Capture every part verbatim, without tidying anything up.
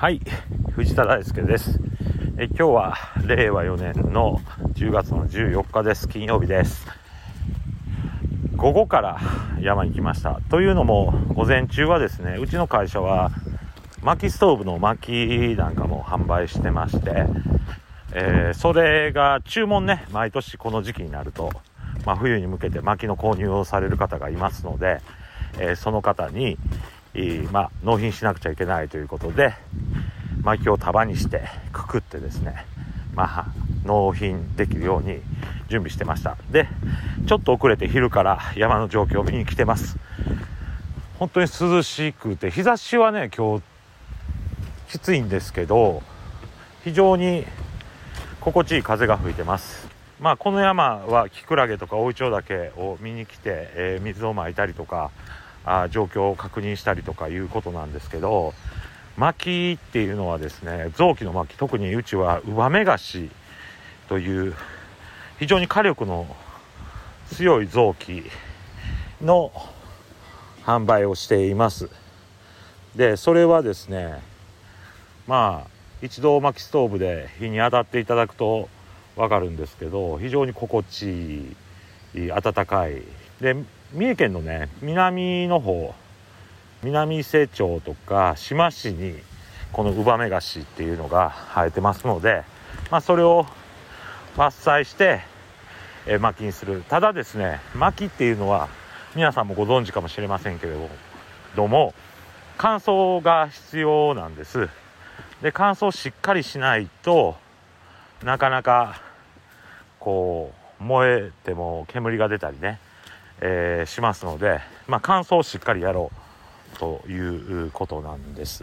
はい、藤田大輔です。え今日はれいわよねんのじゅうがつのじゅうよっかです。金曜日です。午後から山に来ました。というのも午前中はですね、うちの会社は薪ストーブの薪なんかも販売してまして、えー、それが注文ね、毎年この時期になると、まあ、冬に向けて薪の購入をされる方がいますので、えー、その方に、えーまあ、納品しなくちゃいけないということで、薪を束にしてくくってですね、まあ、納品できるように準備してました。で、ちょっと遅れて昼から山の状況を見に来てます。本当に涼しくて、日差しはね今日きついんですけど、非常に心地いい風が吹いてます。まあこの山はキクラゲとか大イチョウ岳を見に来て、えー、水をまいたりとかあ状況を確認したりとかいうことなんですけど、薪っていうのはですね、臓器の薪、特にうちはウバメガシという非常に火力の強い臓器の販売をしています。で、それはですね、まあ一度薪ストーブで火に当たっていただくと分かるんですけど、非常に心地いい、暖かい。で、三重県のね、南の方、南伊勢町とか志摩市にこのウバメガシっていうのが生えてますので、まあ、それを伐採してえ薪にする。ただですね、薪っていうのは皆さんもご存知かもしれませんけれども、乾燥が必要なんです。で、乾燥しっかりしないとなかなかこう燃えても煙が出たりね、えー、しますので、まあ、乾燥をしっかりやろうということなんです。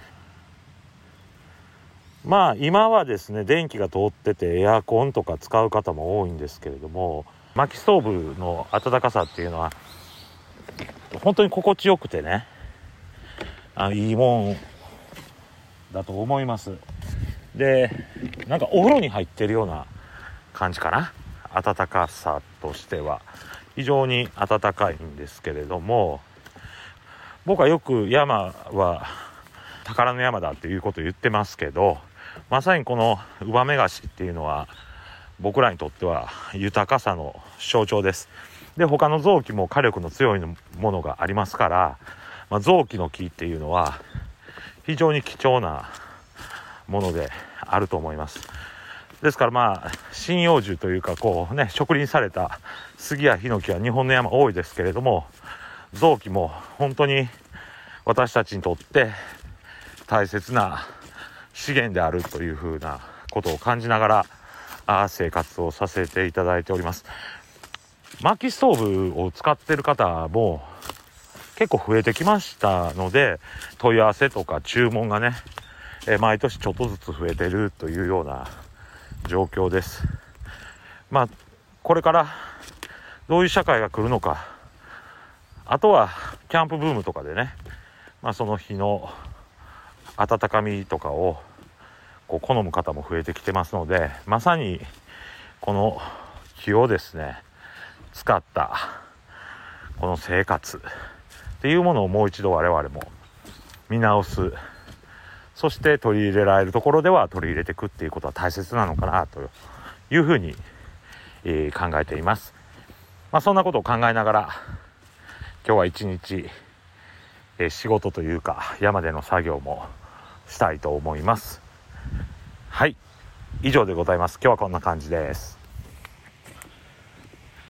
まあ今はですね、電気が通っててエアコンとか使う方も多いんですけれども、薪ストーブの暖かさっていうのは本当に心地よくてね、あいいもんだと思います。で、なんかお風呂に入ってるような感じかな。暖かさとしては非常に暖かいんですけれども、僕はよく山は宝の山だっていうことを言ってますけど、まさにこのウバメガシっていうのは僕らにとっては豊かさの象徴です。で、他の臓器も火力の強いものがありますから、まあ、臓器の木っていうのは非常に貴重なものであると思います。ですからまあ針葉樹というか、こうね、植林された杉やヒノキは日本の山多いですけれども、臓器も本当に私たちにとって大切な資源であるというふうなことを感じながらあ生活をさせていただいております。薪ストーブを使っている方も結構増えてきましたので、問い合わせとか注文がね、え毎年ちょっとずつ増えているというような状況です。まあこれからどういう社会が来るのか、あとはキャンプブームとかでね、まあ、その日の温かみとかをこう好む方も増えてきてますので、まさにこの木をですね使ったこの生活っていうものをもう一度我々も見直す、そして取り入れられるところでは取り入れていくっていうことは大切なのかなというふうに、えー、考えています。まあ、そんなことを考えながら今日は一日、えー、仕事というか山での作業もしたいと思います。はい、以上でございます。今日はこんな感じです。